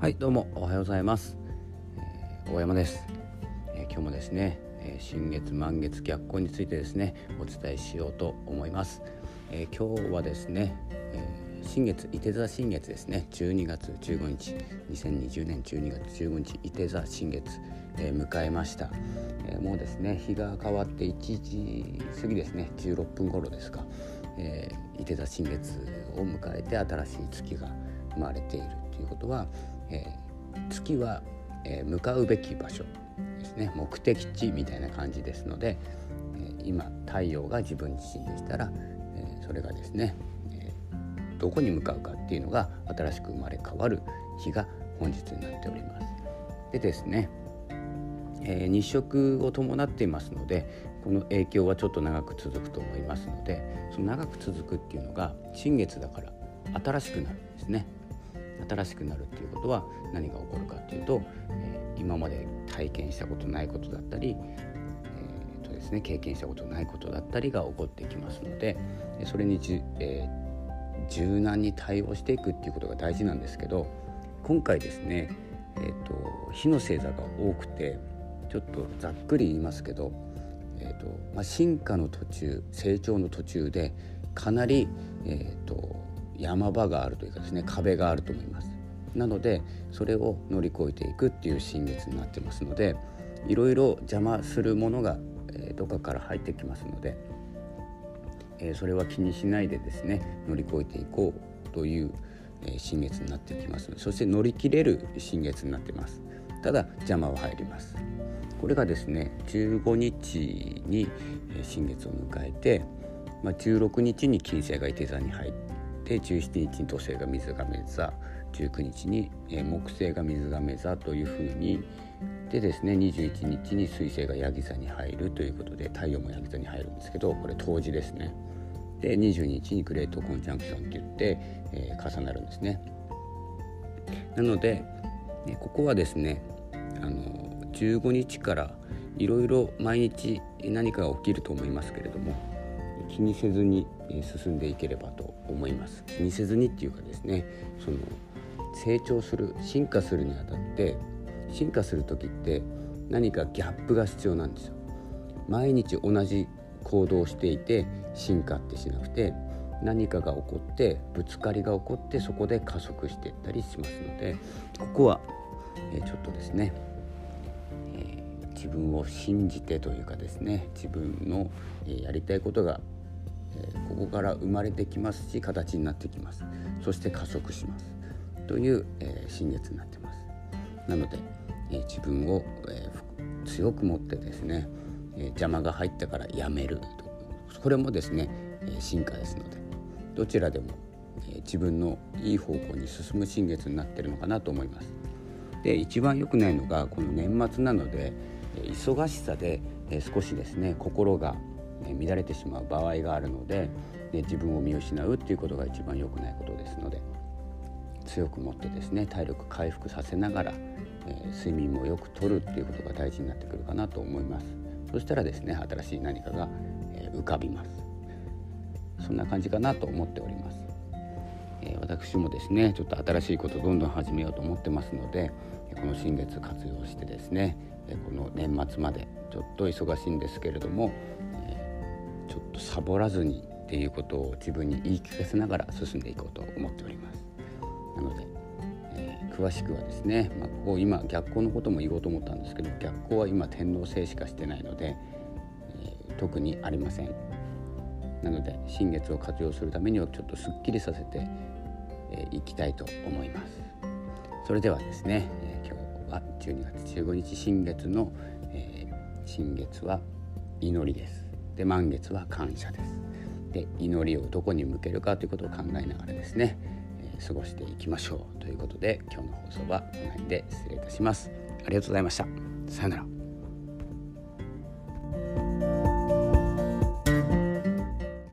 はい、どうもおはようございます。大山です。今日もですね、新月満月逆行についてですねお伝えしようと思います。今日はですね、新月いて座新月ですね、12月15日2020年12月15日いて座新月、迎えました。もうですね日が変わって1時過ぎですね、16分頃ですか、いて座新月を迎えて新しい月が生まれているということは、月は、向かうべき場所ですね、目的地みたいな感じですので、今太陽が自分自身でしたら、それがですね、どこに向かうかっていうのが新しく生まれ変わる日が本日になっております。でですね、日食を伴っていますので、この影響はちょっと長く続くと思いますので、その長く続くっていうのが新月だから新しくなるんですね。新しくなるっていうことは何が起こるかというと、今まで体験したことないことだったり、ですね、経験したことないことだったりが起こってきますので、それに柔軟に対応していくっていうことが大事なんですけど、今回ですね、火の星座が多くて、ちょっとざっくり言いますけど、進化の途中、成長の途中でかなり、山場があるというかですね、壁があると思います。なのでそれを乗り越えていくっていう新月になってますので、いろいろ邪魔するものが、どこかから入ってきますので、それは気にしないでですね乗り越えていこうという、新月になってきますので、そして乗り切れる新月になっています。ただ邪魔は入ります。これがですね15日に新月を迎えて、16日に金星がいて座に入って17日に土星が水亀座、19日に木星が水亀座というふうにでですね、21日に水星がヤギ座に入るということで、太陽もヤギ座に入るんですけど、これ冬至ですね。で22日にグレートコンジャンクションって言って、重なるんですね。なのでここはですね、15日からいろいろ毎日何かが起きると思いますけれども、気にせずに進んでいければと思います。気にせずにっていうかですね、その成長する、進化するにあたって、進化する時って何かギャップが必要なんですよ。毎日同じ行動をしていて進化ってしなくて、何かが起こってぶつかりが起こって、そこで加速していったりしますので、ここはちょっとですね、自分を信じてというかですね、自分のやりたいことがここから生まれてきますし、形になってきます。そして加速しますという新月になっています。なので自分を強く持ってですね、邪魔が入ったからやめると、これもですね進化ですので、どちらでも自分のいい方向に進む新月になっているのかなと思います。で、一番良くないのがこの年末なので、忙しさで少しですね心が乱れてしまう場合があるので、自分を見失うっていうことが一番良くないことですので、強く持ってですね体力回復させながら、睡眠もよくとるっていうことが大事になってくるかなと思います。そしたらですね新しい何かが、浮かびます。そんな感じかなと思っております。私もですねちょっと新しいことをどんどん始めようと思ってますので、この新月活用してですね、この年末までちょっと忙しいんですけれども、ちょっとサボらずにっていうことを自分に言い聞かせながら進んでいこうと思っております。なので、詳しくはですね、ここ今逆行のことも言おうと思ったんですけど、逆行は今天王星しかしてないので、特にありません。なので新月を活用するためにはちょっとすっきりさせていきたいと思います。それではですね、今日は12月15日新月の、新月は祈りです。で、満月は感謝です。で、祈りをどこに向けるかということを考えながらですね、過ごしていきましょうということで、今日の放送はこの辺で失礼いたします。ありがとうございました。さよなら。